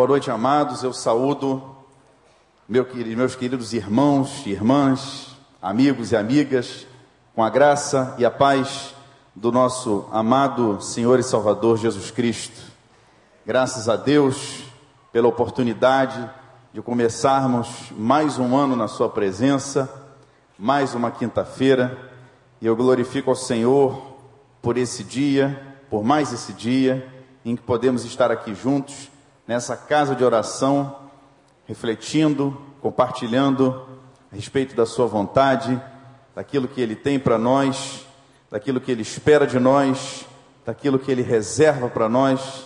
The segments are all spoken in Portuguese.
Boa noite, amados. Eu saúdo meus queridos irmãos e irmãs, amigos e amigas, com a graça e a paz do nosso amado Senhor e Salvador Jesus Cristo. Graças a Deus pela oportunidade de começarmos mais um ano na sua presença, mais uma quinta-feira, e eu glorifico ao Senhor por esse dia, por mais esse dia, em que podemos estar aqui juntos, nessa casa de oração, refletindo, compartilhando a respeito da sua vontade, daquilo que Ele tem para nós, daquilo que Ele espera de nós, daquilo que Ele reserva para nós,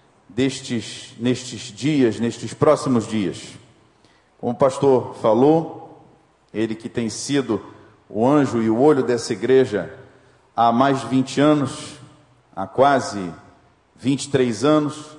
nestes dias, nestes próximos dias. Como o pastor falou, ele que tem sido o anjo e o olho dessa igreja há mais de 20 anos, há quase 23 anos,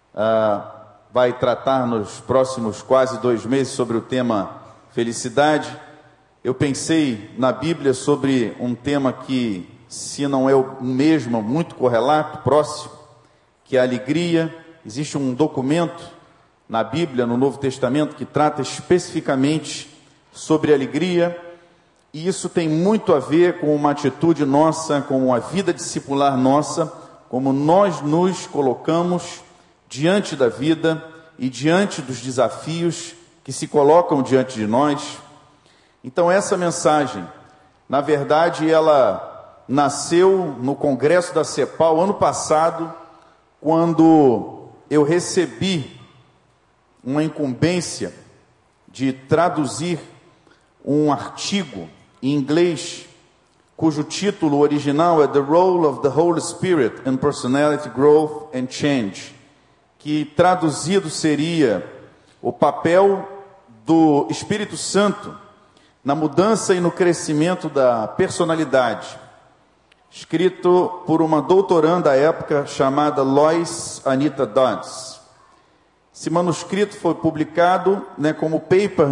vai tratar nos próximos quase 2 meses sobre o tema felicidade. Eu pensei na Bíblia sobre um tema que, se não é o mesmo, muito correlato, próximo, que é a alegria. Existe um documento na Bíblia, no Novo Testamento, que trata especificamente sobre alegria, e isso tem muito a ver com uma atitude nossa, com uma vida discipular nossa, como nós nos colocamos diante da vida e diante dos desafios que se colocam diante de nós. Então essa mensagem, na verdade, ela nasceu no Congresso da CEPAL ano passado, quando eu recebi uma incumbência de traduzir um artigo em inglês, cujo título original é The Role of the Holy Spirit in Personality Growth and Change, que traduzido seria o papel do Espírito Santo na mudança e no crescimento da personalidade, escrito por uma doutoranda à época chamada Lois Anita Dodds. Esse manuscrito foi publicado como paper,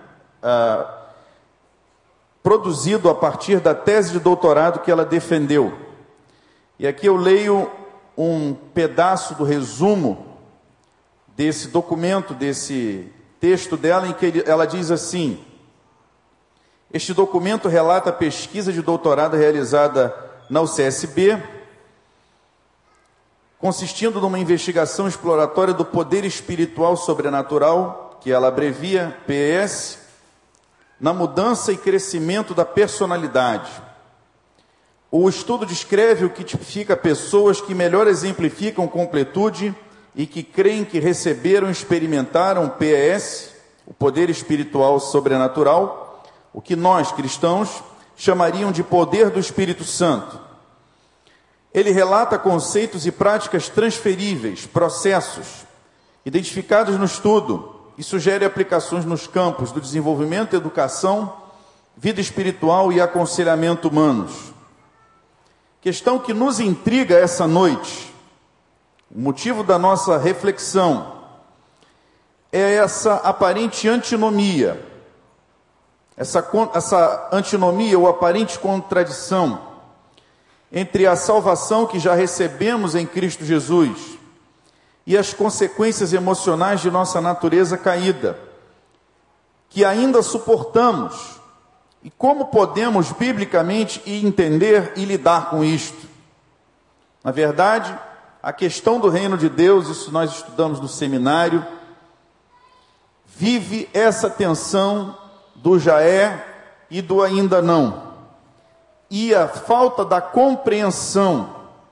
produzido a partir da tese de doutorado que ela defendeu. E aqui eu leio um pedaço do resumo desse documento, desse texto dela, em que ela diz assim: este documento relata a pesquisa de doutorado realizada na UCSB, consistindo numa investigação exploratória do poder espiritual sobrenatural, que ela abrevia PES, na mudança e crescimento da personalidade. O estudo descreve o que tipifica pessoas que melhor exemplificam completude e que creem que receberam e experimentaram PES, o poder espiritual sobrenatural, o que nós, cristãos, chamariam de poder do Espírito Santo. Ele relata conceitos e práticas transferíveis, processos, identificados no estudo, e sugere aplicações nos campos do desenvolvimento, educação, vida espiritual e aconselhamento humanos. Questão que nos intriga essa noite, o motivo da nossa reflexão, é essa aparente antinomia, essa antinomia ou aparente contradição entre a salvação que já recebemos em Cristo Jesus e as consequências emocionais de nossa natureza caída, que ainda suportamos, e como podemos biblicamente entender e lidar com isto. Na verdade, a questão do reino de Deus, isso nós estudamos no seminário, vive essa tensão do já é e do ainda não, e a falta da compreensão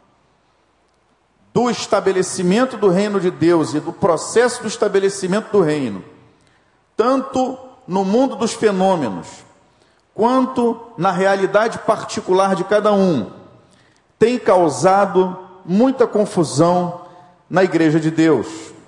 do estabelecimento do reino de Deus e do processo do estabelecimento do reino, tanto no mundo dos fenômenos, quanto na realidade particular de cada um, tem causado muita confusão na igreja de Deus.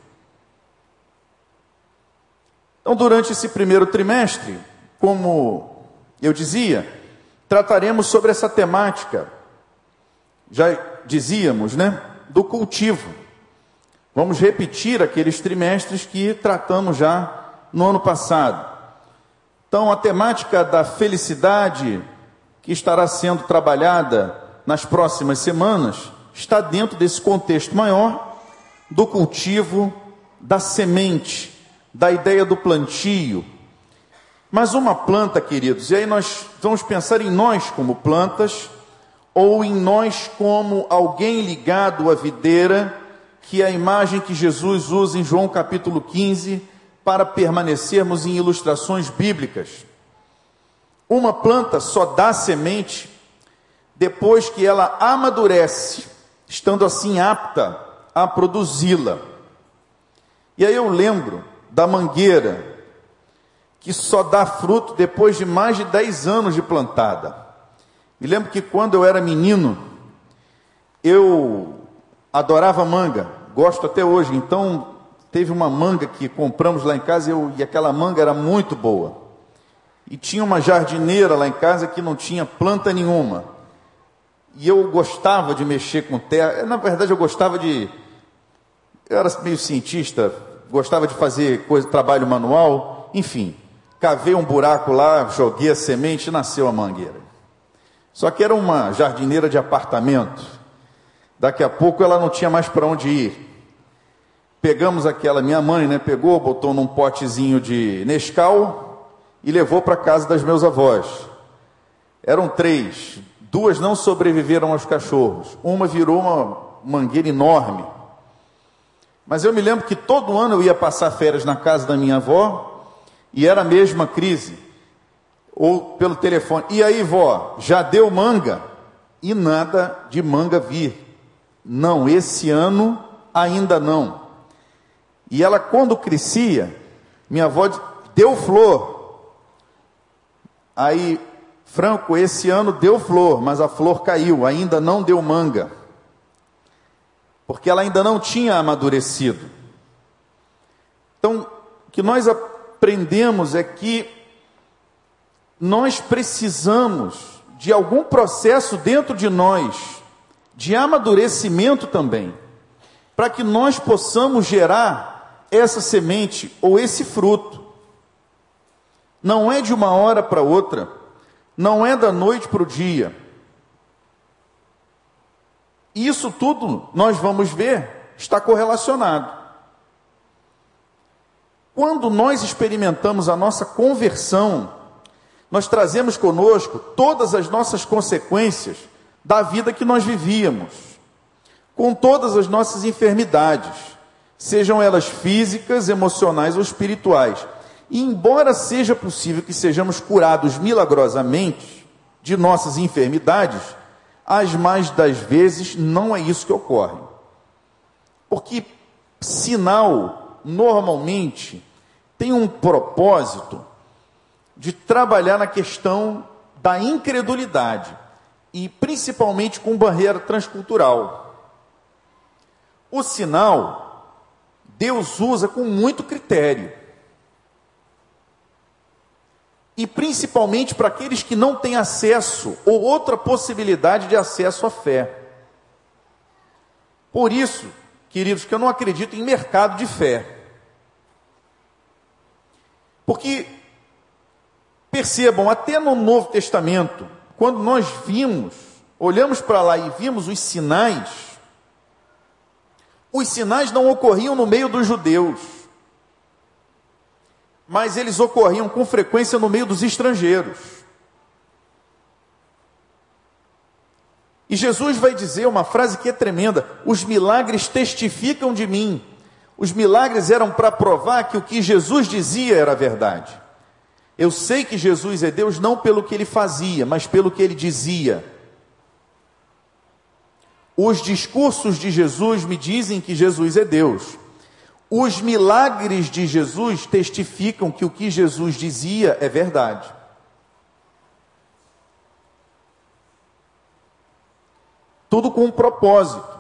Então, durante esse primeiro trimestre, como eu dizia, trataremos sobre essa temática, já dizíamos, do cultivo. Vamos repetir aqueles trimestres que tratamos já no ano passado. Então, a temática da felicidade, que estará sendo trabalhada nas próximas semanas, está dentro desse contexto maior do cultivo da semente, da ideia do plantio. Mas uma planta, queridos, e aí nós vamos pensar em nós como plantas, ou em nós como alguém ligado à videira, que é a imagem que Jesus usa em João capítulo 15, para permanecermos em ilustrações bíblicas. Uma planta só dá semente depois que ela amadurece, estando assim apta a produzi-la. E aí eu lembro da mangueira, que só dá fruto depois de mais de 10 anos de plantada. Me lembro que quando eu era menino, eu adorava manga, gosto até hoje. Então, teve uma manga que compramos lá em casa e aquela manga era muito boa. E tinha uma jardineira lá em casa que não tinha planta nenhuma. E eu gostava de mexer com terra. Na verdade, eu era meio cientista, gostava de fazer trabalho manual, enfim. Cavei um buraco lá, joguei a semente e nasceu a mangueira. Só que era uma jardineira de apartamento. Daqui a pouco ela não tinha mais para onde ir. Pegamos aquela, minha mãe, pegou, botou num potezinho de Nescau e levou para a casa das meus avós. Eram 3, 2 não sobreviveram aos cachorros. Uma virou uma mangueira enorme. Mas eu me lembro que todo ano eu ia passar férias na casa da minha avó, e era a mesma crise, ou pelo telefone. E aí, vó, já deu manga? E nada de manga vir. Não, esse ano ainda não. E ela, quando crescia, minha avó deu flor. Aí, Franco, esse ano deu flor, mas a flor caiu, ainda não deu manga. Porque ela ainda não tinha amadurecido. Então, o que nós aprendemos é que nós precisamos de algum processo dentro de nós, de amadurecimento também, para que nós possamos gerar essa semente ou esse fruto. Não é de uma hora para outra, não é da noite para o dia. Isso tudo, nós vamos ver, está correlacionado. Quando nós experimentamos a nossa conversão, nós trazemos conosco todas as nossas consequências da vida que nós vivíamos, com todas as nossas enfermidades, sejam elas físicas, emocionais ou espirituais. E embora seja possível que sejamos curados milagrosamente de nossas enfermidades, as mais das vezes não é isso que ocorre. Porque sinal, normalmente, tem um propósito de trabalhar na questão da incredulidade, e principalmente com barreira transcultural. O sinal, Deus usa com muito critério. E principalmente para aqueles que não têm acesso, ou outra possibilidade de acesso à fé. Por isso, queridos, que eu não acredito em mercado de fé. Porque, percebam, até no Novo Testamento, quando nós olhamos para lá e vimos os sinais não ocorriam no meio dos judeus, mas eles ocorriam com frequência no meio dos estrangeiros. E Jesus vai dizer uma frase que é tremenda: os milagres testificam de mim. Os milagres eram para provar que o que Jesus dizia era verdade. Eu sei que Jesus é Deus não pelo que ele fazia, mas pelo que ele dizia. Os discursos de Jesus me dizem que Jesus é Deus. Os milagres de Jesus testificam que o que Jesus dizia é verdade. Tudo com um propósito.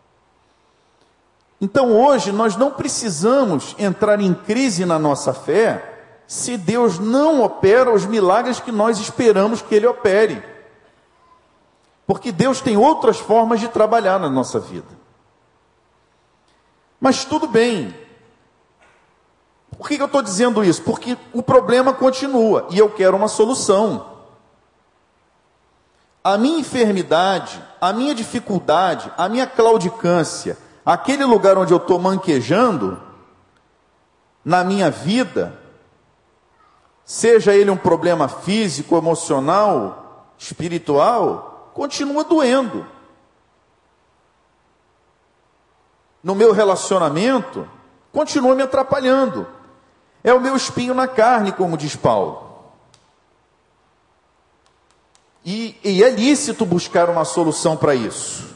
Então hoje nós não precisamos entrar em crise na nossa fé se Deus não opera os milagres que nós esperamos que Ele opere. Porque Deus tem outras formas de trabalhar na nossa vida. Mas tudo bem. Por que eu estou dizendo isso? Porque o problema continua e eu quero uma solução. A minha enfermidade, a minha dificuldade, a minha claudicância, aquele lugar onde eu estou manquejando, na minha vida, seja ele um problema físico, emocional, espiritual, continua doendo. No meu relacionamento, continua me atrapalhando. É o meu espinho na carne, como diz Paulo. E é lícito buscar uma solução para isso.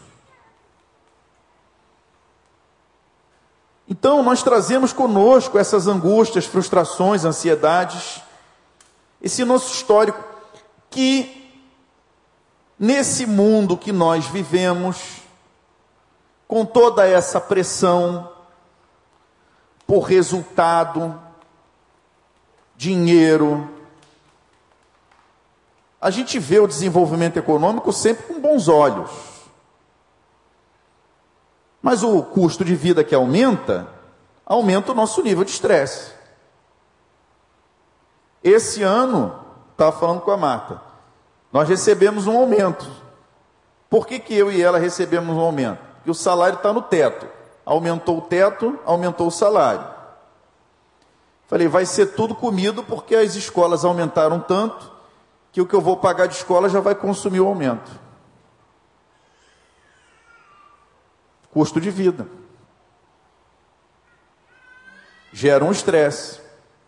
Então, nós trazemos conosco essas angústias, frustrações, ansiedades, esse nosso histórico, que nesse mundo que nós vivemos, com toda essa pressão por resultado, dinheiro, a gente vê o desenvolvimento econômico sempre com bons olhos. Mas o custo de vida que aumenta o nosso nível de estresse. Esse ano, estava falando com a Marta, nós recebemos um aumento. Por que eu e ela recebemos um aumento? Porque o salário está no teto. Aumentou o teto, aumentou o salário. Falei, vai ser tudo comido porque as escolas aumentaram tanto que o que eu vou pagar de escola já vai consumir o aumento. Custo de vida. Gera um estresse.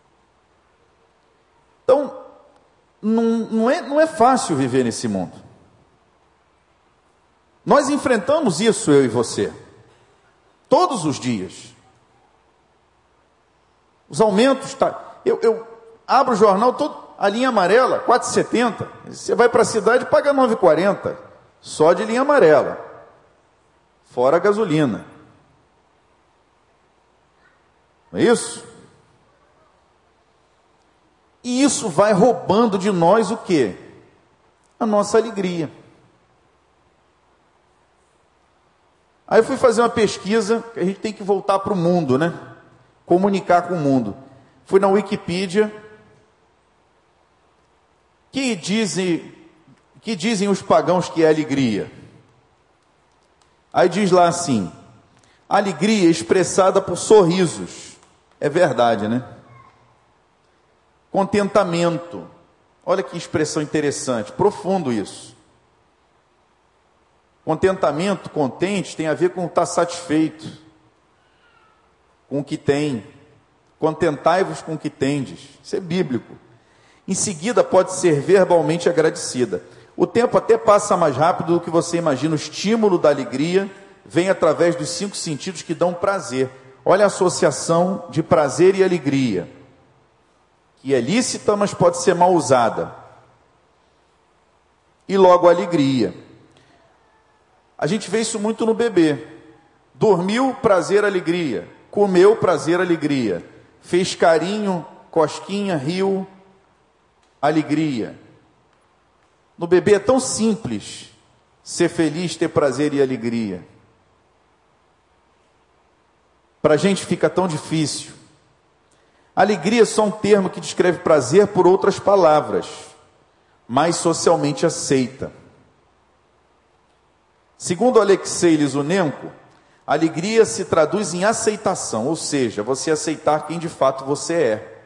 Então, não é fácil viver nesse mundo. Nós enfrentamos isso, eu e você, todos os dias. Os aumentos, eu abro o jornal, a linha amarela, 4,70. Você vai para a cidade e paga 9,40, só de linha amarela, fora a gasolina. Não é isso? E isso vai roubando de nós o quê? A nossa alegria. Aí eu fui fazer uma pesquisa, que a gente tem que voltar para o mundo, né? Comunicar com o mundo. Fui na Wikipedia. Que dizem os pagãos que é alegria? Aí diz lá assim, alegria expressada por sorrisos. É verdade, né? Contentamento. Olha que expressão interessante, profundo isso. Contentamento, contente, tem a ver com estar satisfeito com o que tem. Contentai-vos com o que tendes. Isso é bíblico. Em seguida, pode ser verbalmente agradecida. O tempo até passa mais rápido do que você imagina. O estímulo da alegria vem através dos 5 sentidos que dão prazer. Olha a associação de prazer e alegria, que é lícita, mas pode ser mal usada. E logo a alegria. A gente vê isso muito no bebê. Dormiu, prazer, alegria. Comeu, prazer, alegria. Fez carinho, cosquinha, riu, alegria. No bebê é tão simples ser feliz, ter prazer e alegria. Para a gente fica tão difícil. Alegria é só um termo que descreve prazer por outras palavras, mais socialmente aceita. Segundo Alexei Lizunenko, alegria se traduz em aceitação, ou seja, você aceitar quem de fato você é.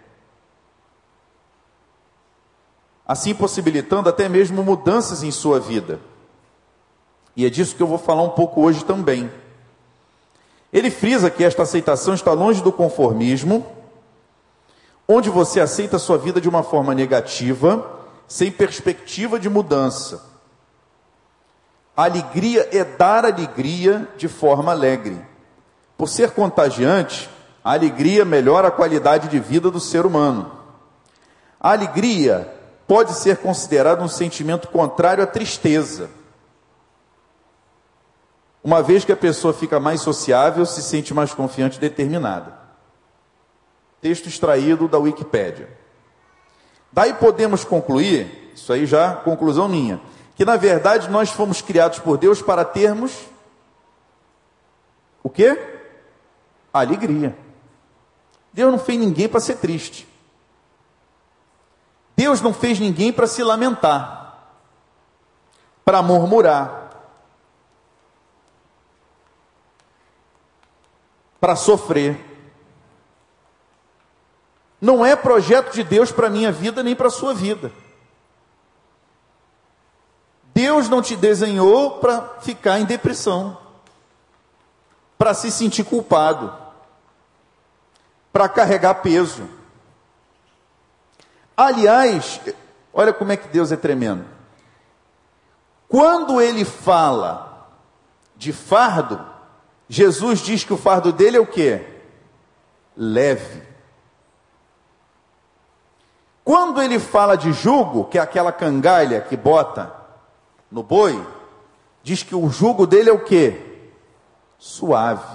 Assim possibilitando até mesmo mudanças em sua vida. E é disso que eu vou falar um pouco hoje também. Ele frisa que esta aceitação está longe do conformismo, onde você aceita a sua vida de uma forma negativa, sem perspectiva de mudança. A alegria é dar alegria de forma alegre. Por ser contagiante, a alegria melhora a qualidade de vida do ser humano. A alegria pode ser considerada um sentimento contrário à tristeza. Uma vez que a pessoa fica mais sociável, se sente mais confiante e determinada. Texto extraído da Wikipédia. Daí podemos concluir, isso aí já conclusão minha, que na verdade nós fomos criados por Deus para termos o quê? A alegria. Deus não fez ninguém para ser triste. Deus não fez ninguém para se lamentar, para murmurar, para sofrer. não é projeto de Deus para a minha vida nem para a sua vida. Deus não te desenhou para ficar em depressão, para se sentir culpado, para carregar peso. Aliás, olha como é que Deus é tremendo. Quando ele fala de fardo, Jesus diz que o fardo dele é o quê? Leve. Quando ele fala de jugo, que é aquela cangalha que bota no boi, diz que o jugo dele é o quê? Suave.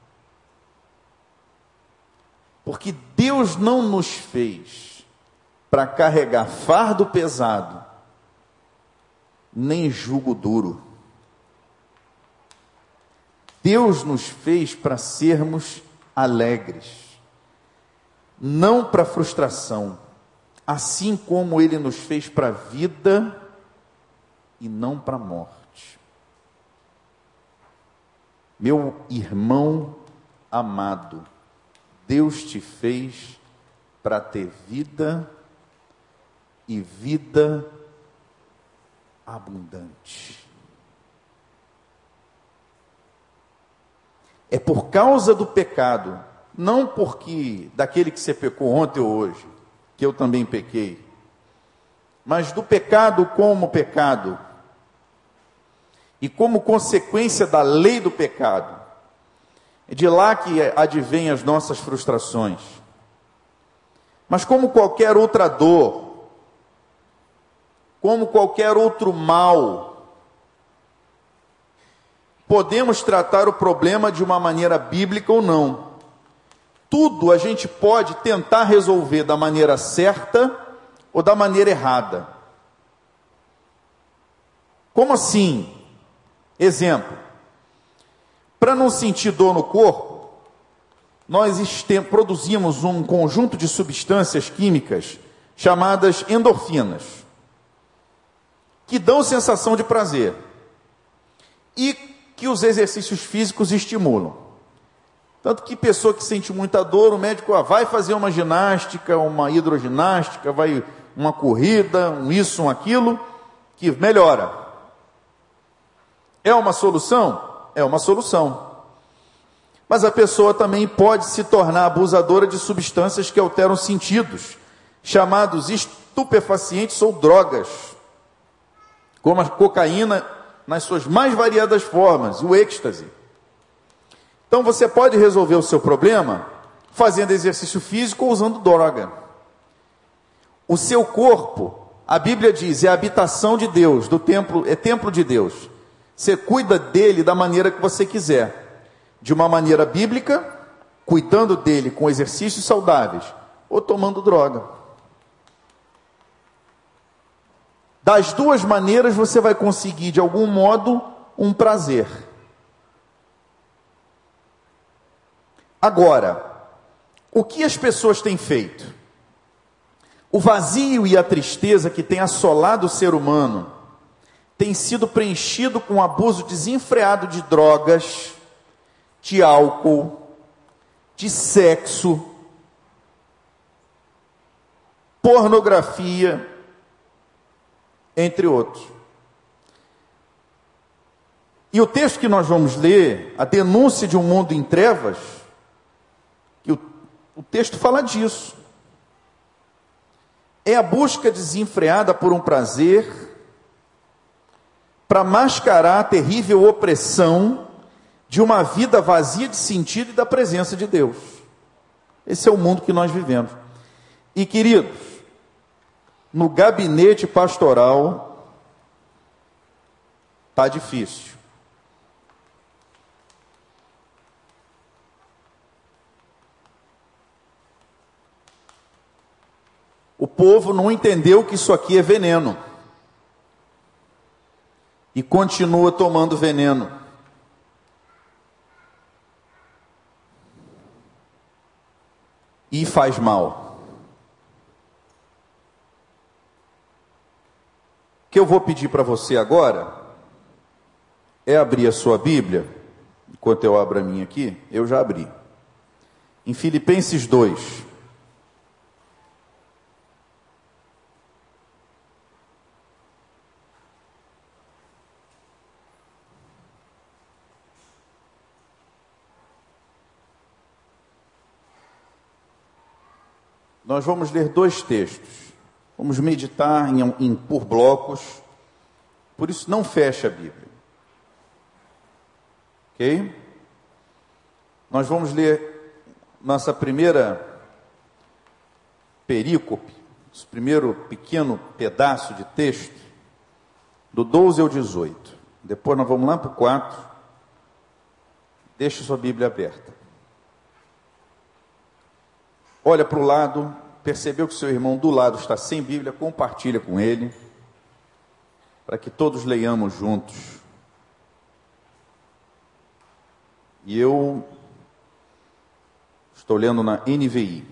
Porque Deus não nos fez para carregar fardo pesado, nem jugo duro. Deus nos fez para sermos alegres, não para frustração, assim como Ele nos fez para a vida e não para a morte. Meu irmão amado, Deus te fez para ter vida e vida abundante. É por causa do pecado, não porque daquele que você pecou ontem ou hoje, que eu também pequei, mas do pecado como pecado, e como consequência da lei do pecado, é de lá que advêm as nossas frustrações. Mas como qualquer outra dor, como qualquer outro mal, podemos tratar o problema de uma maneira bíblica ou não. Tudo a gente pode tentar resolver da maneira certa ou da maneira errada. Como assim? Exemplo. Para não sentir dor no corpo, nós produzimos um conjunto de substâncias químicas chamadas endorfinas, que dão sensação de prazer e que os exercícios físicos estimulam. Tanto que pessoa que sente muita dor, o médico vai fazer uma ginástica, uma hidroginástica, vai uma corrida, um isso, um aquilo, que melhora. É uma solução? É uma solução. Mas a pessoa também pode se tornar abusadora de substâncias que alteram sentidos, chamados estupefacientes ou drogas, como a cocaína nas suas mais variadas formas, o êxtase. Então você pode resolver o seu problema fazendo exercício físico ou usando droga. O seu corpo, a Bíblia diz, é a habitação de Deus, do templo, é templo de Deus. Você cuida dele da maneira que você quiser. De uma maneira bíblica, cuidando dele com exercícios saudáveis, ou tomando droga. Das duas maneiras você vai conseguir, de algum modo, um prazer. Agora, o que as pessoas têm feito? O vazio e a tristeza que tem assolado o ser humano tem sido preenchido com o abuso desenfreado de drogas, de álcool, de sexo, pornografia, entre outros. E o texto que nós vamos ler, a denúncia de um mundo em trevas, que o texto fala disso. É a busca desenfreada por um prazer para mascarar a terrível opressão de uma vida vazia de sentido e da presença de Deus. Esse é o mundo que nós vivemos. E queridos, no gabinete pastoral está difícil. O povo não entendeu que isso aqui é veneno. E continua tomando veneno. E faz mal. O que eu vou pedir para você agora é abrir a sua Bíblia. Enquanto eu abro a minha aqui, eu já abri. Em Filipenses 2. nós vamos ler 2 textos. Vamos meditar por blocos. Por isso, não feche a Bíblia. Ok? Nós vamos ler nossa primeira perícope, esse primeiro pequeno pedaço de texto, do 12 ao 18. Depois nós vamos lá para o 4. Deixe sua Bíblia aberta. Olha para o lado, percebeu que seu irmão do lado está sem Bíblia, compartilha com ele, para que todos leiamos juntos. E eu estou lendo na NVI.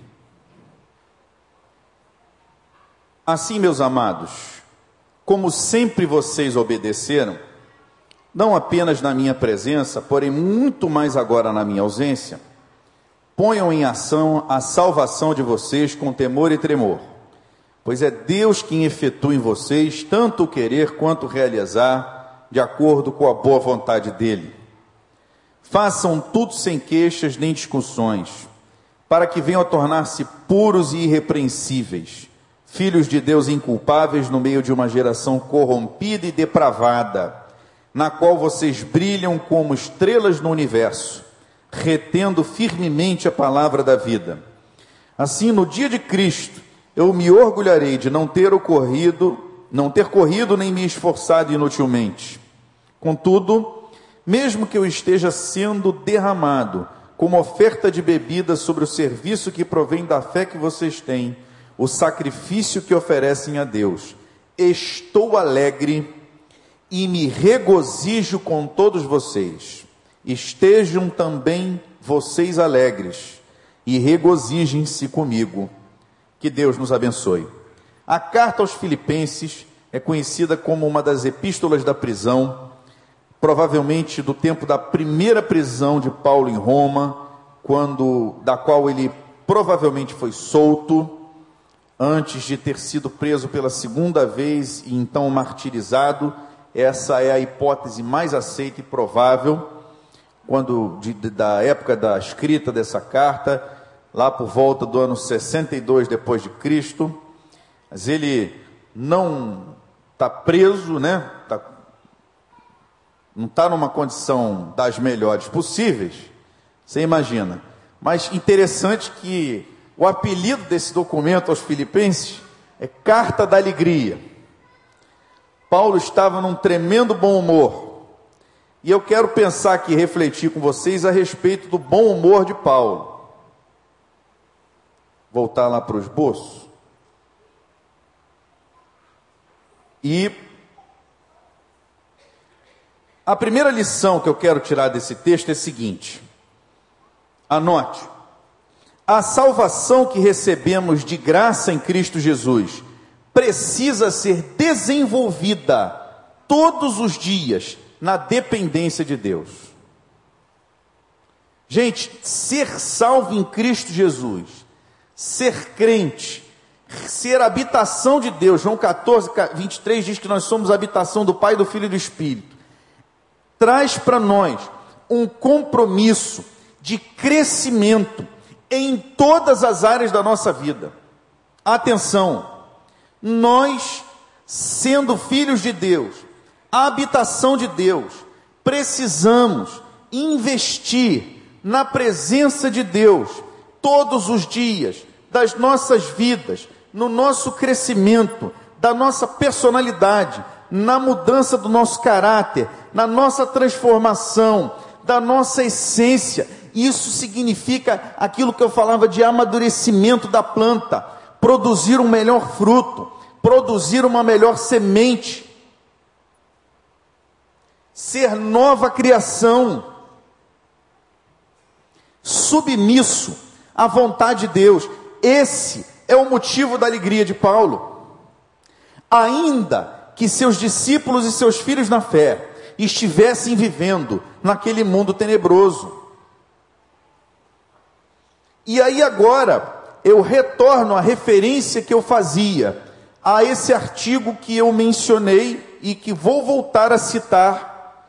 Assim, meus amados, como sempre vocês obedeceram, não apenas na minha presença, porém muito mais agora na minha ausência, ponham em ação a salvação de vocês com temor e tremor, pois é Deus quem efetua em vocês tanto o querer quanto o realizar, de acordo com a boa vontade dele. Façam tudo sem queixas nem discussões, para que venham a tornar-se puros e irrepreensíveis, filhos de Deus inculpáveis no meio de uma geração corrompida e depravada, na qual vocês brilham como estrelas no universo, retendo firmemente a palavra da vida. Assim, no dia de Cristo, eu me orgulharei de não ter corrido nem me esforçado inutilmente. Contudo, mesmo que eu esteja sendo derramado como oferta de bebida sobre o serviço que provém da fé que vocês têm, o sacrifício que oferecem a Deus, estou alegre e me regozijo com todos vocês. Estejam também vocês alegres e regozijem-se comigo. Que Deus nos abençoe. A carta aos Filipenses é conhecida como uma das epístolas da prisão, provavelmente do tempo da primeira prisão de Paulo em Roma, da qual ele provavelmente foi solto, antes de ter sido preso pela segunda vez e então martirizado. Essa é a hipótese mais aceita e provável, da época da escrita dessa carta, lá por volta do ano 62 depois de Cristo. Mas ele não está preso, né? Não está numa condição das melhores possíveis, você imagina. Mas interessante que o apelido desse documento aos Filipenses é Carta da Alegria. Paulo estava num tremendo bom humor. E eu quero pensar aqui, refletir com vocês a respeito do bom humor de Paulo. Voltar lá para o esboço. E a primeira lição que eu quero tirar desse texto é a seguinte. Anote. A salvação que recebemos de graça em Cristo Jesus precisa ser desenvolvida todos os dias na dependência de Deus. Gente, ser salvo em Cristo Jesus, ser crente, ser habitação de Deus, João 14, 23 diz que nós somos a habitação do Pai, do Filho e do Espírito, traz para nós um compromisso de crescimento em todas as áreas da nossa vida. Atenção, nós, sendo filhos de Deus, a habitação de Deus, precisamos investir na presença de Deus todos os dias das nossas vidas, no nosso crescimento, da nossa personalidade, na mudança do nosso caráter, na nossa transformação, da nossa essência. Isso significa aquilo que eu falava de amadurecimento da planta, produzir um melhor fruto, produzir uma melhor semente, ser nova criação, submisso à vontade de Deus. Esse é o motivo da alegria de Paulo. Ainda que seus discípulos e seus filhos na fé estivessem vivendo naquele mundo tenebroso. E aí agora eu retorno à referência que eu fazia a esse artigo que eu mencionei e que vou voltar a citar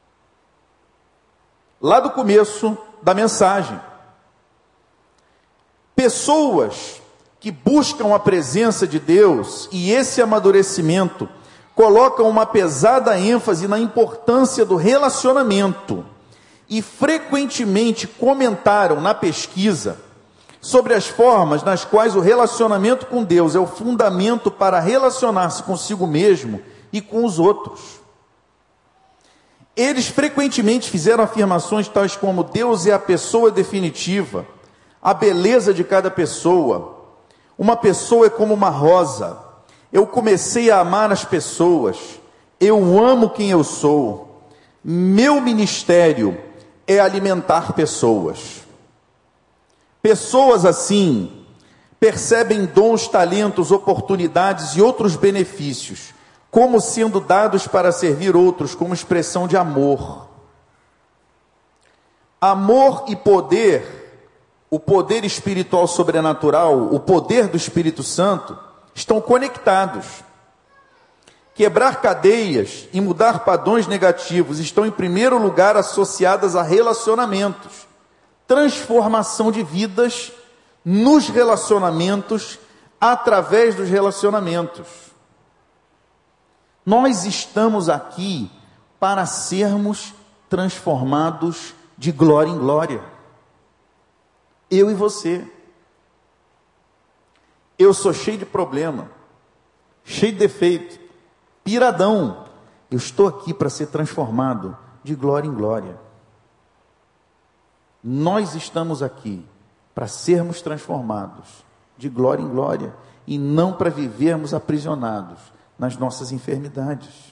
lá do começo da mensagem. Pessoas que buscam a presença de Deus, e esse amadurecimento colocam uma pesada ênfase na importância do relacionamento, e frequentemente comentaram na pesquisa sobre as formas nas quais o relacionamento com Deus é o fundamento para relacionar-se consigo mesmo e com os outros. Eles frequentemente fizeram afirmações tais como: Deus é a pessoa definitiva, a beleza de cada pessoa. Uma pessoa é como uma rosa. Eu comecei a amar as pessoas. Eu amo quem eu sou. Meu ministério é alimentar pessoas. Pessoas assim percebem dons, talentos, oportunidades e outros benefícios como sendo dados para servir outros, como expressão de amor. Amor e poder, o poder espiritual sobrenatural, o poder do Espírito Santo, estão conectados. Quebrar cadeias e mudar padrões negativos estão em primeiro lugar associadas a relacionamentos. Transformação de vidas nos relacionamentos, através dos relacionamentos. Nós estamos aqui para sermos transformados de glória em glória. Eu e você. Eu sou cheio de problema, cheio de defeito, piradão. Eu estou aqui para ser transformado de glória em glória. Nós estamos aqui para sermos transformados de glória em glória e não para vivermos aprisionados nas nossas enfermidades.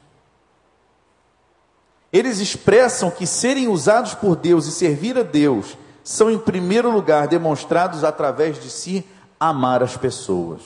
Eles expressam que serem usados por Deus e servir a Deus são, em primeiro lugar, demonstrados através de se amar as pessoas.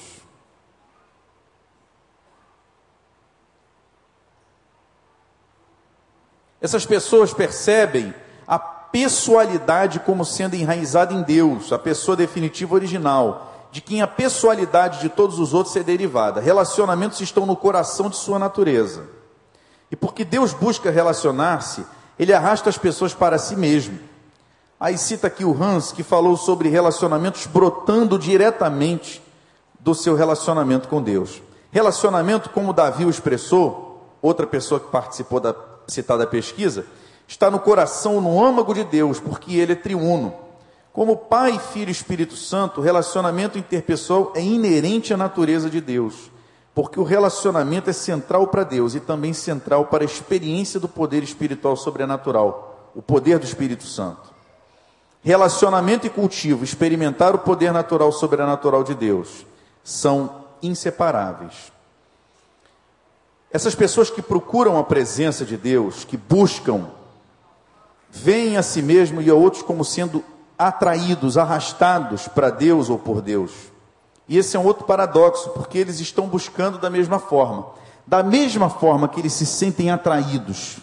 Essas pessoas percebem a pessoalidade como sendo enraizada em Deus, a pessoa definitiva original, de quem a pessoalidade de todos os outros é derivada. Relacionamentos estão no coração de sua natureza. E porque Deus busca relacionar-se, Ele arrasta as pessoas para si mesmo. Aí cita aqui o Hans, que falou sobre relacionamentos brotando diretamente do seu relacionamento com Deus. Relacionamento, como Davi o expressou, outra pessoa que participou da citada pesquisa, está no coração, no âmago de Deus, porque Ele é triuno. Como Pai, Filho e Espírito Santo, o relacionamento interpessoal é inerente à natureza de Deus, porque o relacionamento é central para Deus e também central para a experiência do poder espiritual sobrenatural, o poder do Espírito Santo. Relacionamento e cultivo, experimentar o poder natural sobrenatural de Deus, são inseparáveis. Essas pessoas que procuram a presença de Deus, que buscam, veem a si mesmo e a outros como sendo atraídos, arrastados para Deus ou por Deus. E esse é um outro paradoxo, porque eles estão buscando da mesma forma. Da mesma forma que eles se sentem atraídos,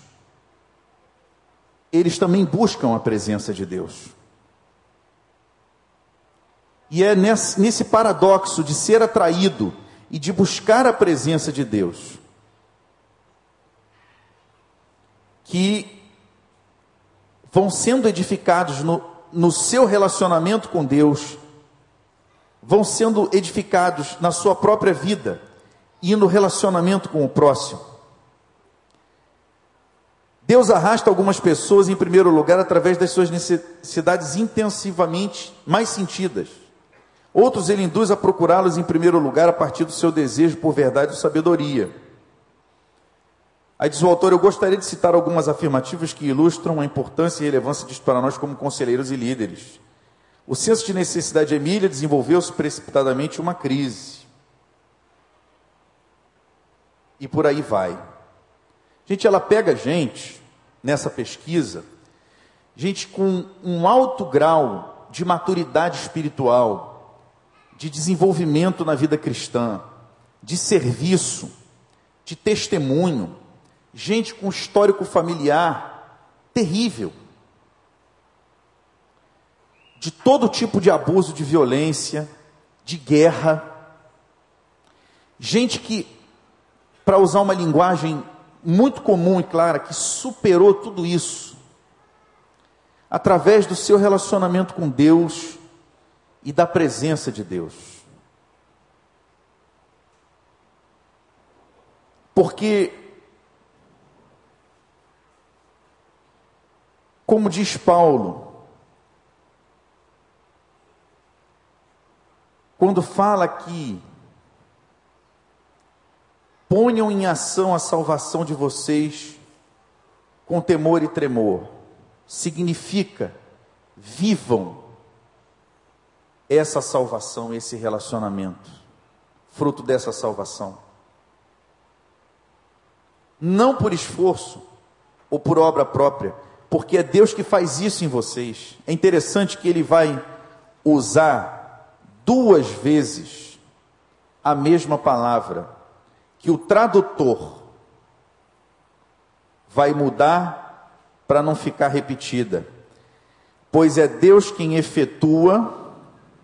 eles também buscam a presença de Deus. E é nesse paradoxo de ser atraído e de buscar a presença de Deus que vão sendo edificados no seu relacionamento com Deus, vão sendo edificados na sua própria vida e no relacionamento com o próximo. Deus arrasta algumas pessoas, em primeiro lugar, através das suas necessidades intensivamente mais sentidas. Outros Ele induz a procurá-los, em primeiro lugar, a partir do seu desejo por verdade e sabedoria. Aí diz o autor: eu gostaria de citar algumas afirmativas que ilustram a importância e relevância disso para nós como conselheiros e líderes. O senso de necessidade de Emília desenvolveu-se precipitadamente uma crise. E por aí vai. Gente, ela pega gente, nessa pesquisa, gente com um alto grau de maturidade espiritual, de desenvolvimento na vida cristã, de serviço, de testemunho, gente com histórico familiar terrível, de todo tipo de abuso, de violência, de guerra, gente que, para usar uma linguagem muito comum e clara, que superou tudo isso, através do seu relacionamento com Deus e da presença de Deus. Porque, como diz Paulo, quando fala que ponham em ação a salvação de vocês com temor e tremor, significa vivam essa salvação, esse relacionamento, fruto dessa salvação. Não por esforço ou por obra própria, porque é Deus que faz isso em vocês. É interessante que Ele vai usar 2 vezes a mesma palavra, que o tradutor vai mudar para não ficar repetida. Pois é Deus quem efetua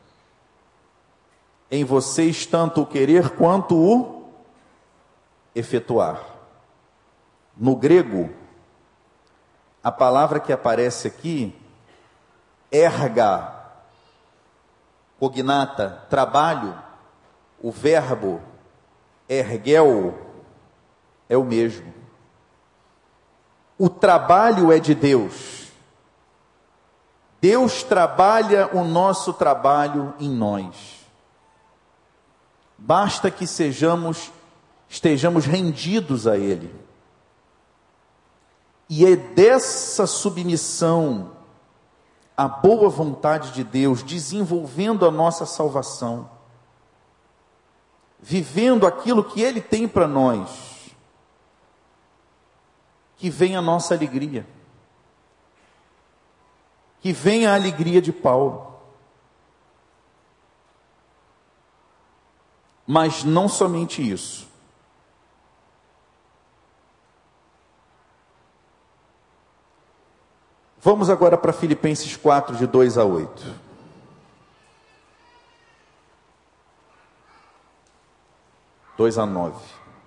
em vocês tanto o querer quanto o efetuar. No grego, a palavra que aparece aqui, erga, cognata, trabalho, o verbo erguel é o mesmo. O trabalho é de Deus. Deus trabalha o nosso trabalho em nós. Basta que estejamos rendidos a Ele. E é dessa submissão à boa vontade de Deus, desenvolvendo a nossa salvação, vivendo aquilo que Ele tem para nós, que vem a nossa alegria, que vem a alegria de Paulo. Mas não somente isso. Vamos agora para Filipenses 4, de 2 a 8. (2 a 9).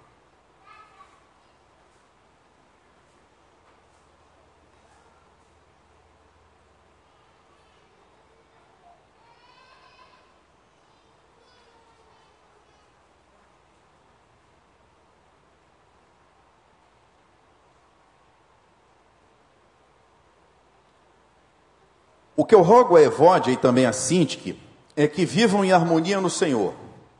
O que eu rogo a Evódia e também a Sintique é que vivam em harmonia no Senhor.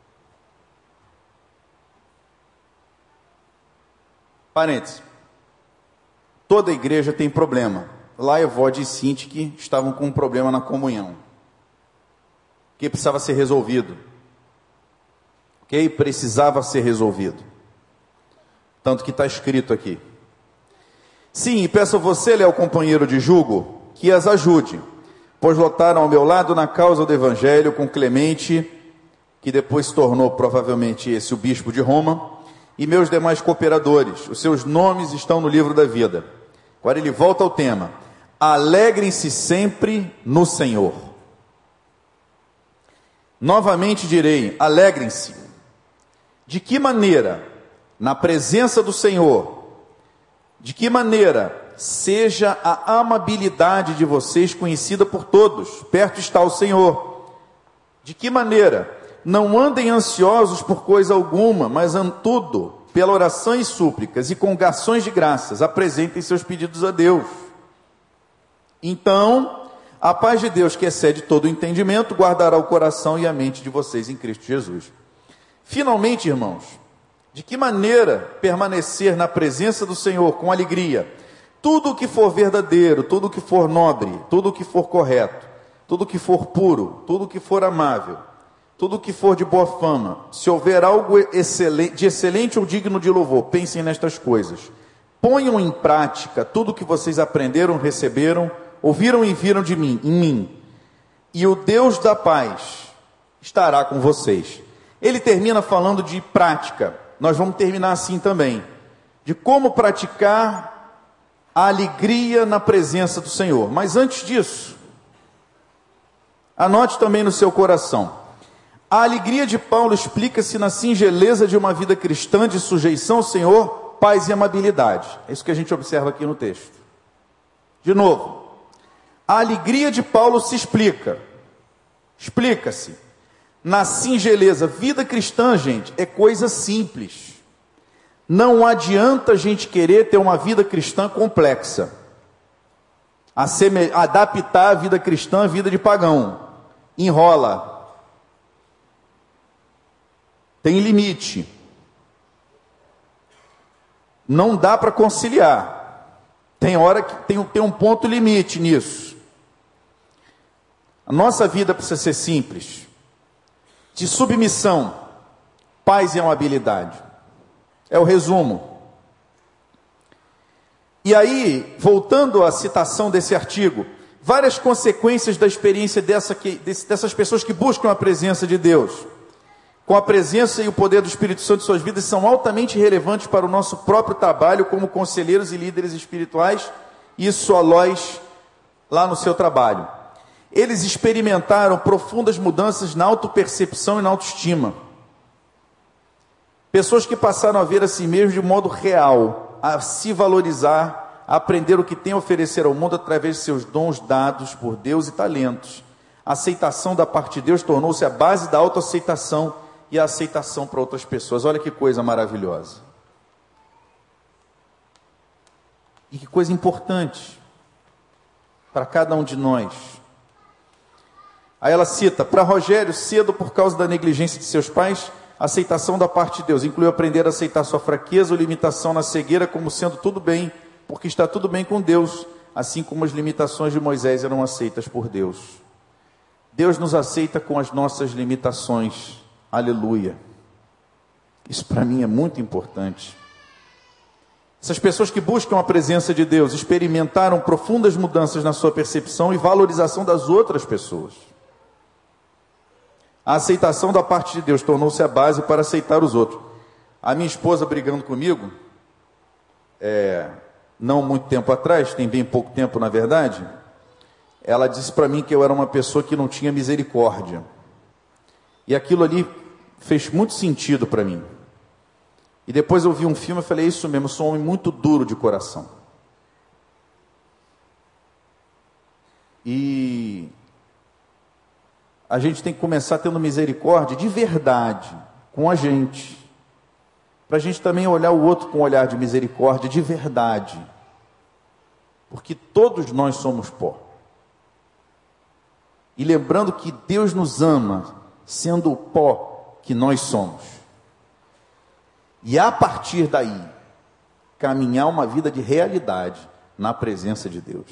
Parênteses. Toda igreja tem problema. Lá Evódia e Sintique estavam com um problema na comunhão, que precisava ser resolvido. Ok? Precisava ser resolvido. Tanto que está escrito aqui. Sim, e peço a você, Léo, companheiro de jugo, que as ajude, pois lutaram ao meu lado na causa do Evangelho com Clemente, que depois se tornou provavelmente esse o bispo de Roma, e meus demais cooperadores. Os seus nomes estão no livro da vida. Agora ele volta ao tema. Alegrem-se sempre no Senhor. Novamente direi, alegrem-se. De que maneira? Na presença do Senhor. De que maneira? Seja a amabilidade de vocês conhecida por todos. Perto está o Senhor. De que maneira? Não andem ansiosos por coisa alguma, mas tudo, pela oração e súplicas e com ações de graças, apresentem seus pedidos a Deus. Então, a paz de Deus, que excede todo o entendimento, guardará o coração e a mente de vocês em Cristo Jesus. Finalmente, irmãos, de que maneira permanecer na presença do Senhor com alegria? Tudo o que for verdadeiro, tudo o que for nobre, tudo o que for correto, tudo o que for puro, tudo o que for amável, tudo o que for de boa fama, se houver algo de excelente ou digno de louvor, pensem nestas coisas. Ponham em prática tudo o que vocês aprenderam, receberam, ouviram e viram de mim, em mim. E o Deus da paz estará com vocês. Ele termina falando de prática. Nós vamos terminar assim também. De como praticar a alegria na presença do Senhor. Mas antes disso, anote também no seu coração. A alegria de Paulo explica-se na singeleza de uma vida cristã de sujeição ao Senhor, paz e amabilidade. É isso que a gente observa aqui no texto. De novo, a alegria de Paulo se explica-se na singeleza. Vida cristã, gente, é coisa simples. Não adianta a gente querer ter uma vida cristã complexa, adaptar a vida cristã à vida de pagão. Enrola. Tem limite. Não dá para conciliar. Tem hora que tem um ponto limite nisso. A nossa vida precisa ser simples, de submissão, paz e amabilidade. É o resumo. E aí, voltando à citação desse artigo, várias consequências da experiência dessas pessoas que buscam a presença de Deus, com a presença e o poder do Espírito Santo em suas vidas, são altamente relevantes para o nosso próprio trabalho como conselheiros e líderes espirituais e solós lá no seu trabalho. Eles experimentaram profundas mudanças na autopercepção e na autoestima. Pessoas que passaram a ver a si mesmos de modo real, a se valorizar, a aprender o que tem a oferecer ao mundo através de seus dons dados por Deus e talentos. A aceitação da parte de Deus tornou-se a base da autoaceitação e a aceitação para outras pessoas. Olha que coisa maravilhosa. E que coisa importante para cada um de nós. Aí ela cita, para Rogério, cedo por causa da negligência de seus pais, a aceitação da parte de Deus incluiu aprender a aceitar sua fraqueza ou limitação na cegueira como sendo tudo bem, porque está tudo bem com Deus, assim como as limitações de Moisés eram aceitas por Deus. Deus nos aceita com as nossas limitações. Aleluia. Isso para mim é muito importante. Essas pessoas que buscam a presença de Deus experimentaram profundas mudanças na sua percepção e valorização das outras pessoas. A aceitação da parte de Deus tornou-se a base para aceitar os outros. A minha esposa brigando comigo, não muito tempo atrás, tem bem pouco tempo na verdade, ela disse para mim que eu era uma pessoa que não tinha misericórdia. E aquilo ali fez muito sentido para mim. E depois eu vi um filme e falei, isso mesmo, eu sou um homem muito duro de coração. E a gente tem que começar tendo misericórdia de verdade com a gente, para a gente também olhar o outro com um olhar de misericórdia de verdade, porque todos nós somos pó. E lembrando que Deus nos ama, sendo o pó que nós somos. E a partir daí, caminhar uma vida de realidade na presença de Deus.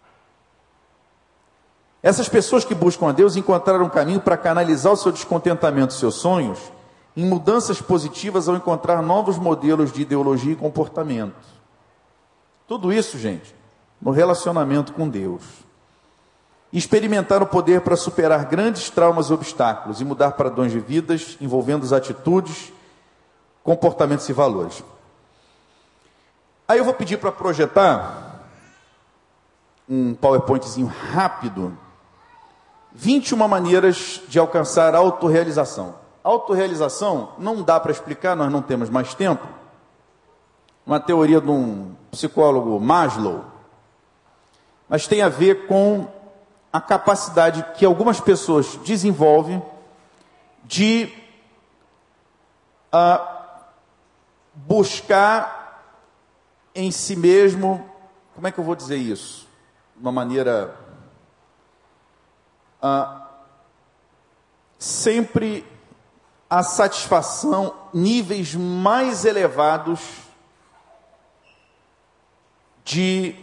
Essas pessoas que buscam a Deus encontraram um caminho para canalizar o seu descontentamento, seus sonhos, em mudanças positivas ao encontrar novos modelos de ideologia e comportamento. Tudo isso, gente, no relacionamento com Deus. Experimentar o poder para superar grandes traumas e obstáculos e mudar padrões de vidas, envolvendo as atitudes, comportamentos e valores. Aí eu vou pedir para projetar um PowerPointzinho rápido, 21 maneiras de alcançar a autorrealização. Autorrealização não dá para explicar, nós não temos mais tempo. Uma teoria de um psicólogo Maslow, mas tem a ver com a capacidade que algumas pessoas desenvolvem de buscar em si mesmo, como é que eu vou dizer isso? De uma maneira sempre a satisfação, níveis mais elevados de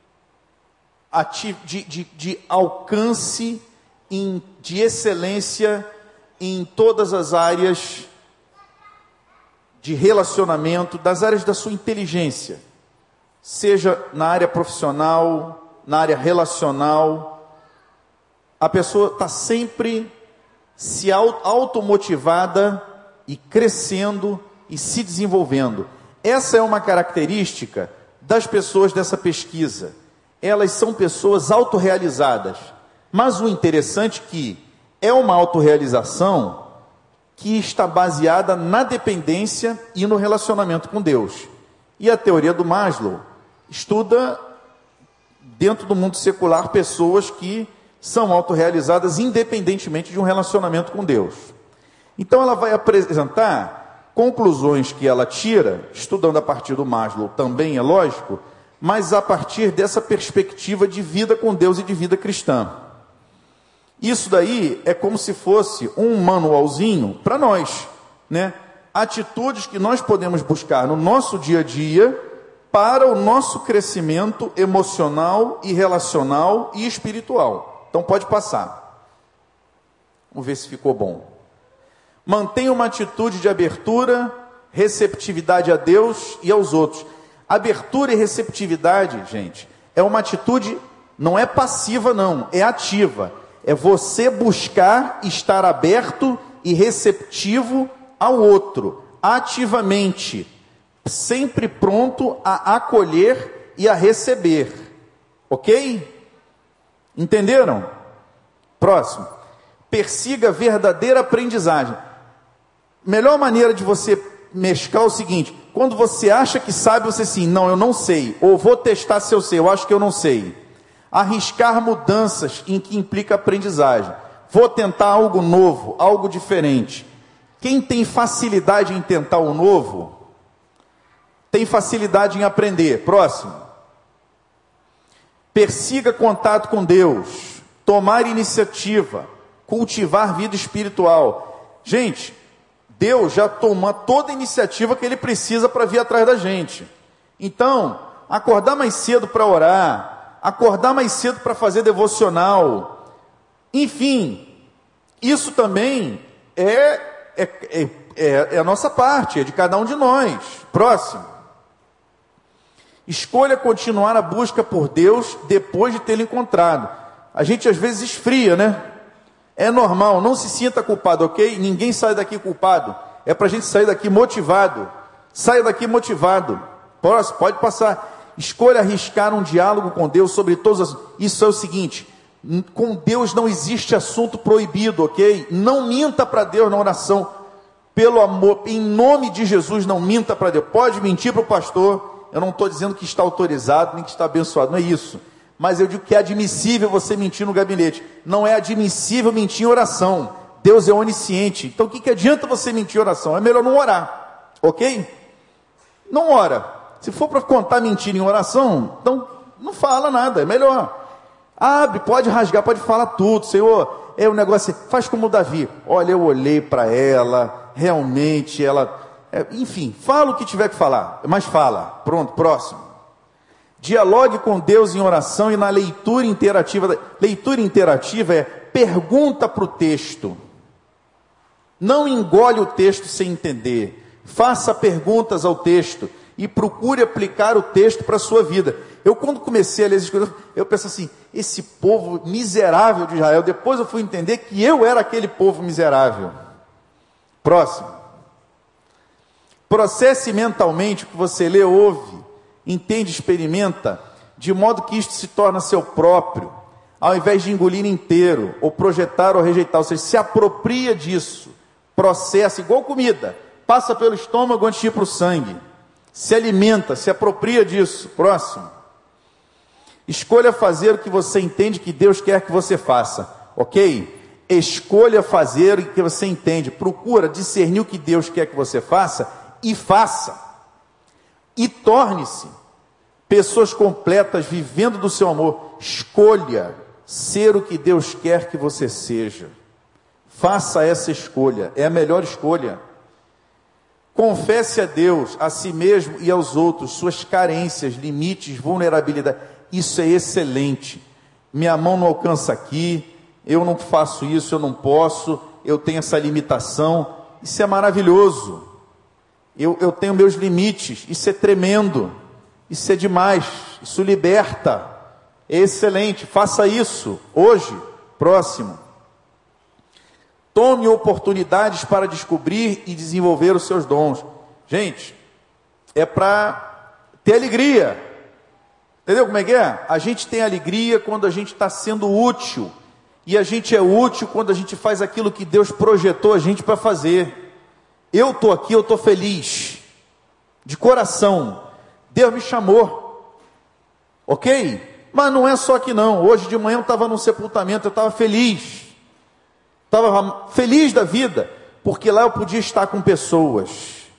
alcance, de excelência em todas as áreas de relacionamento, das áreas da sua inteligência, seja na área profissional, na área relacional. A pessoa está sempre se automotivada e crescendo e se desenvolvendo. Essa é uma característica das pessoas dessa pesquisa. Elas são pessoas autorrealizadas. Mas o interessante é que é uma autorrealização que está baseada na dependência e no relacionamento com Deus. E a teoria do Maslow estuda, dentro do mundo secular, pessoas que são autorrealizadas independentemente de um relacionamento com Deus. Então ela vai apresentar conclusões que ela tira, estudando a partir do Maslow também é lógico, mas a partir dessa perspectiva de vida com Deus e de vida cristã. Isso daí é como se fosse um manualzinho para nós, né? Atitudes que nós podemos buscar no nosso dia a dia para o nosso crescimento emocional e relacional e espiritual. Então pode passar. Vamos ver se ficou bom. Mantenha uma atitude de abertura, receptividade a Deus e aos outros. Abertura e receptividade, gente, é uma atitude, não é passiva não, é ativa. É você buscar estar aberto e receptivo ao outro, ativamente, sempre pronto a acolher e a receber. Ok? Entenderam? Próximo. Persiga verdadeira aprendizagem. Melhor maneira de você mesclar é o seguinte: quando você acha que sabe, você assim, não, eu não sei, ou vou testar se eu sei, eu acho que eu não sei. Arriscar mudanças em que implica aprendizagem. Vou tentar algo novo, algo diferente. Quem tem facilidade em tentar o novo, tem facilidade em aprender. Próximo. Persiga contato com Deus, tomar iniciativa, cultivar vida espiritual. Gente, Deus já toma toda a iniciativa que Ele precisa para vir atrás da gente. Então, acordar mais cedo para orar, acordar mais cedo para fazer devocional, enfim, isso também é a nossa parte, é de cada um de nós. Próximo. Escolha continuar a busca por Deus depois de tê-lo encontrado. A gente às vezes esfria, né? É normal, não se sinta culpado, ok? Ninguém sai daqui culpado. É para a gente sair daqui motivado. Saia daqui motivado. Próximo, pode passar. Escolha arriscar um diálogo com Deus sobre todas as... Isso é o seguinte: com Deus não existe assunto proibido, ok? Não minta para Deus na oração. Pelo amor, em nome de Jesus, não minta para Deus. Pode mentir para o pastor. Eu não estou dizendo que está autorizado, nem que está abençoado, não é isso. Mas eu digo que é admissível você mentir no gabinete. Não é admissível mentir em oração. Deus é onisciente. Então o que adianta você mentir em oração? É melhor não orar, ok? Não ora. Se for para contar mentira em oração, então não fala nada, é melhor. Abre, pode rasgar, pode falar tudo. Senhor, é um negócio, faz como Davi. Olha, eu olhei para ela, realmente ela... enfim, fala o que tiver que falar, mas fala. Pronto, próximo. Dialogue com Deus em oração e na leitura interativa. Leitura interativa é pergunta para o texto. Não engole o texto sem entender. Faça perguntas ao texto e procure aplicar o texto para a sua vida. Eu, quando comecei a ler essas coisas, eu pensei assim, esse povo miserável de Israel. Depois eu fui entender que eu era aquele povo miserável. Próximo. Processe mentalmente o que você lê, ouve, entende, experimenta, de modo que isto se torna seu próprio, ao invés de engolir inteiro, ou projetar ou rejeitar. Ou seja, se apropria disso, processa, igual comida, passa pelo estômago antes de ir para o sangue, se alimenta, se apropria disso. Próximo. Escolha fazer o que você entende que Deus quer que você faça, ok? Escolha fazer o que você entende, procura discernir o que Deus quer que você faça, e faça. E torne-se pessoas completas, vivendo do seu amor. Escolha ser o que Deus quer que você seja. Faça essa escolha, é a melhor escolha. Confesse a Deus, a si mesmo e aos outros, suas carências, limites, vulnerabilidade. Isso é excelente. Minha mão não alcança aqui, eu não faço isso, eu não posso, eu tenho essa limitação. Isso é maravilhoso. Eu tenho meus limites, isso é tremendo, isso é demais, isso liberta, é excelente, faça isso, hoje, próximo. Tome oportunidades para descobrir e desenvolver os seus dons. Gente, é para ter alegria, entendeu como é que é? A gente tem alegria quando a gente está sendo útil, e a gente é útil quando a gente faz aquilo que Deus projetou a gente para fazer. Eu estou aqui, eu estou feliz, de coração, Deus me chamou, ok? Mas não é só aqui não. Hoje de manhã eu estava num sepultamento, eu estava feliz da vida, porque lá eu podia estar com pessoas,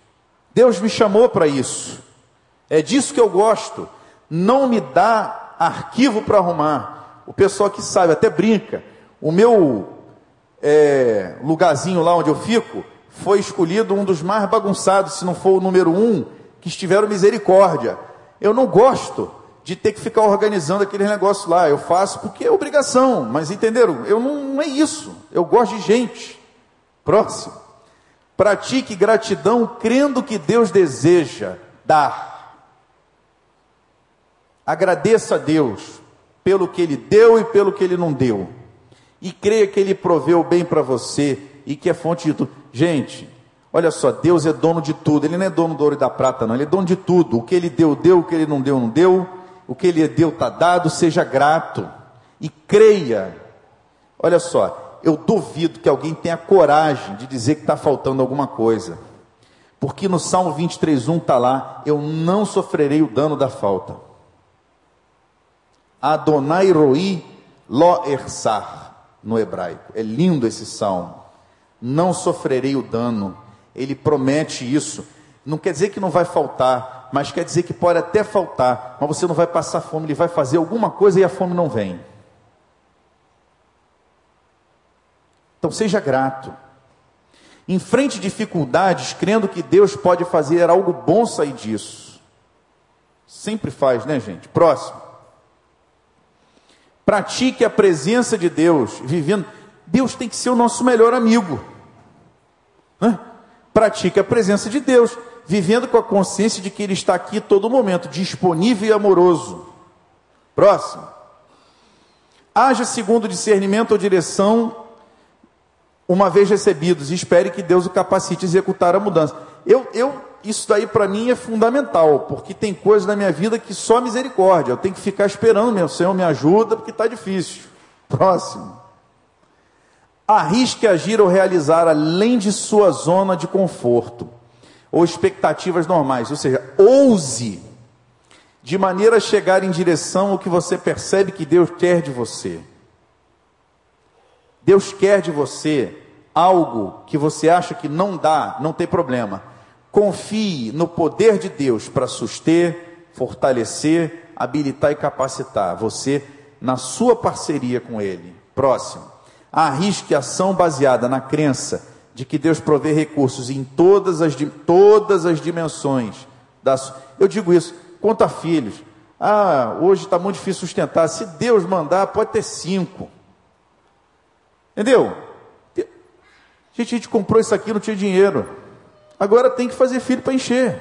Deus me chamou para isso. É disso que eu gosto. Não me dá arquivo para arrumar. O pessoal que sabe até brinca. O meu lugarzinho lá onde eu fico foi escolhido um dos mais bagunçados, se não for o número 1, que estiveram misericórdia. Eu não gosto de ter que ficar organizando aquele negócio lá. Eu faço porque é obrigação, mas entenderam? Eu não é isso. Eu gosto de gente. Próximo. Pratique gratidão crendo que Deus deseja dar. Agradeça a Deus pelo que Ele deu e pelo que Ele não deu. E creia que Ele proveu bem para você e que é fonte de tudo. Gente, olha só, Deus é dono de tudo. Ele não é dono do ouro e da prata, não. Ele é dono de tudo. O que Ele deu, deu. O que Ele não deu, não deu. O que Ele deu, está dado. Seja grato. E creia. Olha só, eu duvido que alguém tenha coragem de dizer que está faltando alguma coisa. Porque no Salmo 23:1 está lá: eu não sofrerei o dano da falta. Adonai roi lo ersar, no hebraico. É lindo esse salmo. Não sofrerei o dano. Ele promete isso. Não quer dizer que não vai faltar, mas quer dizer que pode até faltar, mas você não vai passar fome. Ele vai fazer alguma coisa e a fome não vem. Então seja grato. Enfrente dificuldades, crendo que Deus pode fazer algo bom sair disso. Sempre faz, né, gente? Próximo. Pratique a presença de Deus, vivendo. Deus tem que ser o nosso melhor amigo. Pratique a presença de Deus, vivendo com a consciência de que Ele está aqui todo momento, disponível e amoroso. Próximo. Haja segundo discernimento ou direção, uma vez recebidos, e espere que Deus o capacite a executar a mudança. Isso daí para mim é fundamental, porque tem coisas na minha vida que só misericórdia. Eu tenho que ficar esperando, meu Senhor me ajuda, porque está difícil. Próximo. Arrisque agir ou realizar além de sua zona de conforto, ou expectativas normais, ou seja, ouse, de maneira a chegar em direção ao que você percebe que Deus quer de você. Deus quer de você algo que você acha que não dá, não tem problema. Confie no poder de Deus para suster, fortalecer, habilitar e capacitar você na sua parceria com Ele. Próximo. Arrisque ação baseada na crença de que Deus provê recursos em todas as dimensões. Eu digo isso, quanto a filhos. Hoje está muito difícil sustentar. Se Deus mandar, pode ter 5. Entendeu? A gente comprou isso aqui, não tinha dinheiro. Agora tem que fazer filho para encher.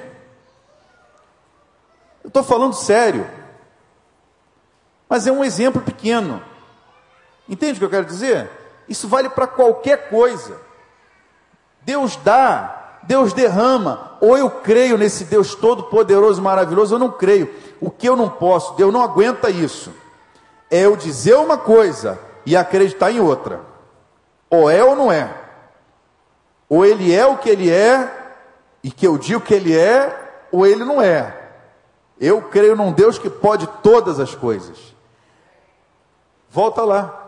Eu estou falando sério. Mas é um exemplo pequeno. Entende o que eu quero dizer? Isso vale para qualquer coisa. Deus dá, Deus derrama. Ou eu creio nesse Deus todo poderoso e maravilhoso, ou eu não creio. O que eu não posso, Deus não aguenta isso. É eu dizer uma coisa e acreditar em outra. Ou é ou não é. Ou Ele é o que Ele é, e que eu digo que Ele é, ou Ele não é. Eu creio num Deus que pode todas as coisas. Volta lá.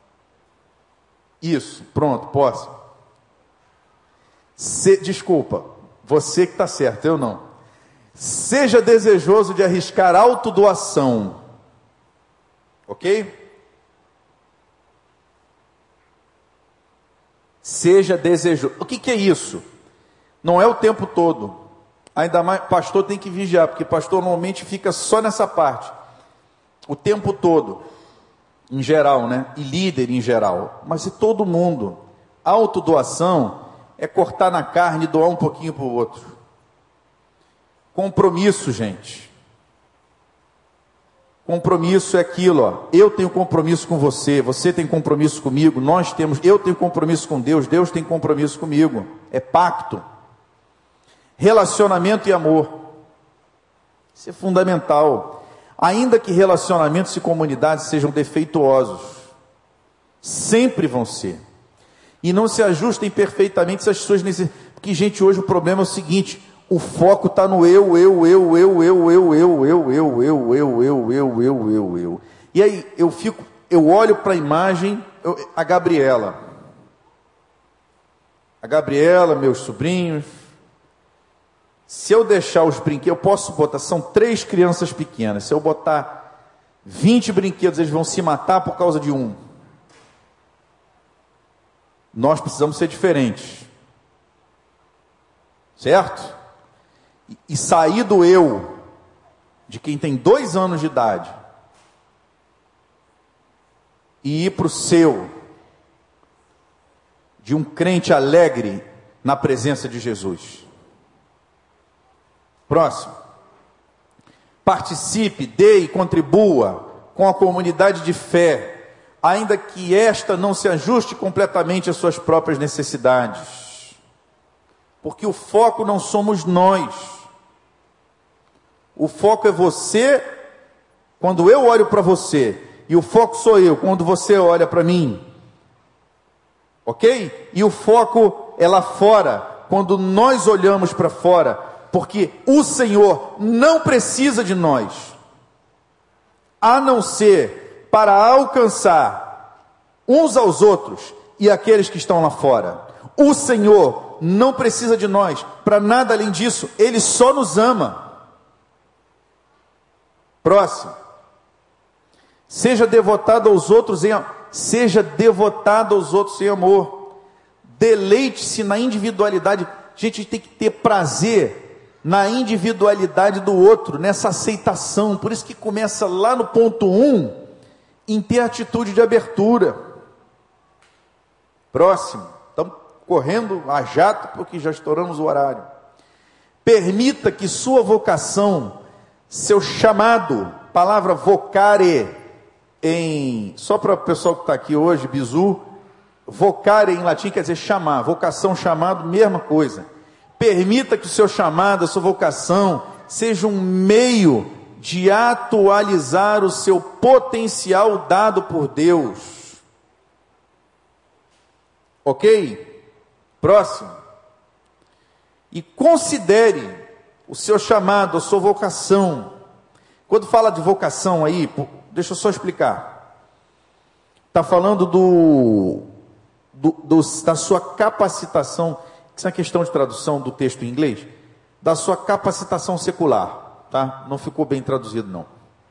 Isso, pronto, posso. Desculpa, você que está certo, eu não. Seja desejoso de arriscar autodoação. Ok? Seja desejoso. O que é isso? Não é o tempo todo. Ainda mais, pastor tem que vigiar, porque pastor normalmente fica só nessa parte. O tempo todo. Em geral, né? E líder em geral. Mas se todo mundo. Autodoação é cortar na carne e doar um pouquinho para o outro. Compromisso, gente. Compromisso é aquilo, ó. Eu tenho compromisso com você, você tem compromisso comigo, eu tenho compromisso com Deus, Deus tem compromisso comigo. É pacto. Relacionamento e amor. Isso é fundamental. Ainda que relacionamentos e comunidades sejam defeituosos, sempre vão ser. E não se ajustem perfeitamente às suas necessidades. Porque, gente, hoje o problema é o seguinte: o foco está no eu. E aí eu olho para a imagem, a Gabriela, meus sobrinhos, Se eu deixar os brinquedos, eu posso botar, são 3 crianças pequenas, se eu botar 20 brinquedos, eles vão se matar por causa de um. Nós precisamos ser diferentes, certo? E sair do eu, de quem tem 2 anos de idade, e ir para o seu, de um crente alegre na presença de Jesus. Próximo. Participe, dê e contribua com a comunidade de fé, ainda que esta não se ajuste completamente às suas próprias necessidades. Porque o foco não somos nós. O foco é você, quando eu olho para você, e o foco sou eu, quando você olha para mim. Ok? E o foco é lá fora, quando nós olhamos para fora, porque o Senhor não precisa de nós, a não ser para alcançar uns aos outros e aqueles que estão lá fora. O Senhor não precisa de nós para nada além disso, Ele só nos ama. Próximo. Seja devotado aos outros em amor. Deleite-se na individualidade. A gente tem que ter prazer na individualidade do outro, nessa aceitação. Por isso que começa lá no ponto 1, em ter atitude de abertura. Próximo. Estamos correndo a jato porque já estouramos o horário. Permita que sua vocação, seu chamado, palavra vocare, só para o pessoal que está aqui hoje, bizu, vocare em latim quer dizer chamar, vocação, chamado, mesma coisa. Permita que o seu chamado, a sua vocação, seja um meio de atualizar o seu potencial dado por Deus. Ok? Próximo. E considere o seu chamado, a sua vocação. Quando fala de vocação aí, deixa eu só explicar. Está falando da sua capacitação. Isso é questão de tradução do texto em inglês. Da sua capacitação secular. Tá? Não ficou bem traduzido, não.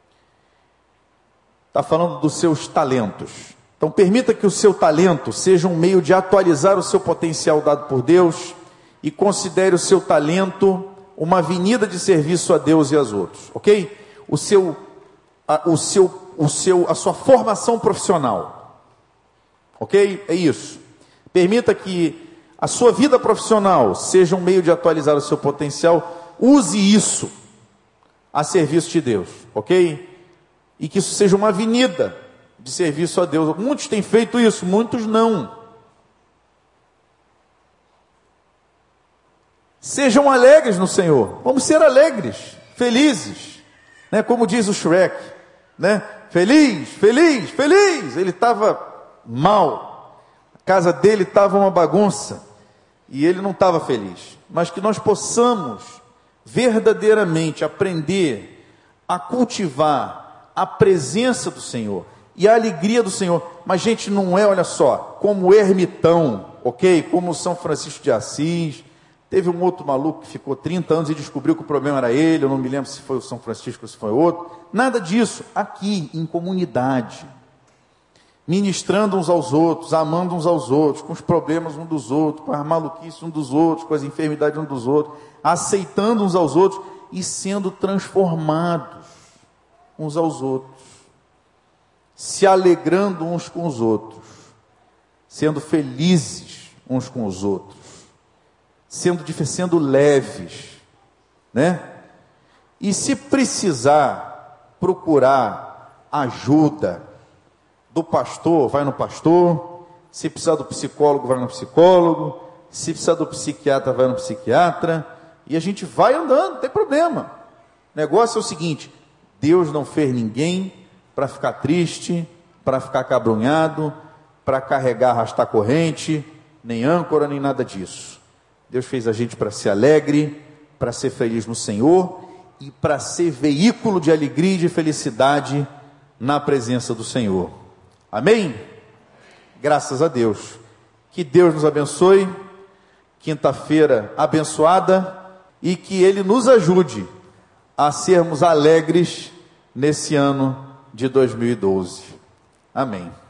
Está falando dos seus talentos. Então, permita que o seu talento seja um meio de atualizar o seu potencial dado por Deus e considere o seu talento uma avenida de serviço a Deus e aos outros. Ok? A sua formação profissional. Ok? É isso. Permita que a sua vida profissional seja um meio de atualizar o seu potencial. Use isso a serviço de Deus. Ok? E que isso seja uma avenida de serviço a Deus. Muitos têm feito isso, muitos não. Sejam alegres no Senhor. Vamos ser alegres, felizes, né? Como diz o Shrek, né? Feliz, feliz, feliz. Ele estava mal, a casa dele estava uma bagunça e ele não estava feliz. Mas que nós possamos verdadeiramente aprender a cultivar a presença do Senhor e a alegria do Senhor. Mas gente, não é, olha só, como ermitão, ok? Como São Francisco de Assis. Teve um outro maluco que ficou 30 anos e descobriu que o problema era ele. Eu não me lembro se foi o São Francisco ou se foi outro. Nada disso. Aqui, em comunidade, ministrando uns aos outros, amando uns aos outros, com os problemas uns dos outros, com as maluquices uns dos outros, com as enfermidades uns dos outros, aceitando uns aos outros e sendo transformados uns aos outros, se alegrando uns com os outros, sendo felizes uns com os outros, sendo leves, né? E se precisar procurar ajuda do pastor, vai no pastor. Se precisar do psicólogo, vai no psicólogo. Se precisar do psiquiatra, vai no psiquiatra. E a gente vai andando, não tem problema. O negócio é o seguinte: Deus não fez ninguém para ficar triste, para ficar cabrunhado, para carregar, arrastar corrente, nem âncora, nem nada disso. Deus fez a gente para ser alegre, para ser feliz no Senhor e para ser veículo de alegria e de felicidade na presença do Senhor. Amém? Graças a Deus. Que Deus nos abençoe. Quinta-feira abençoada e que Ele nos ajude a sermos alegres nesse ano de 2012. Amém.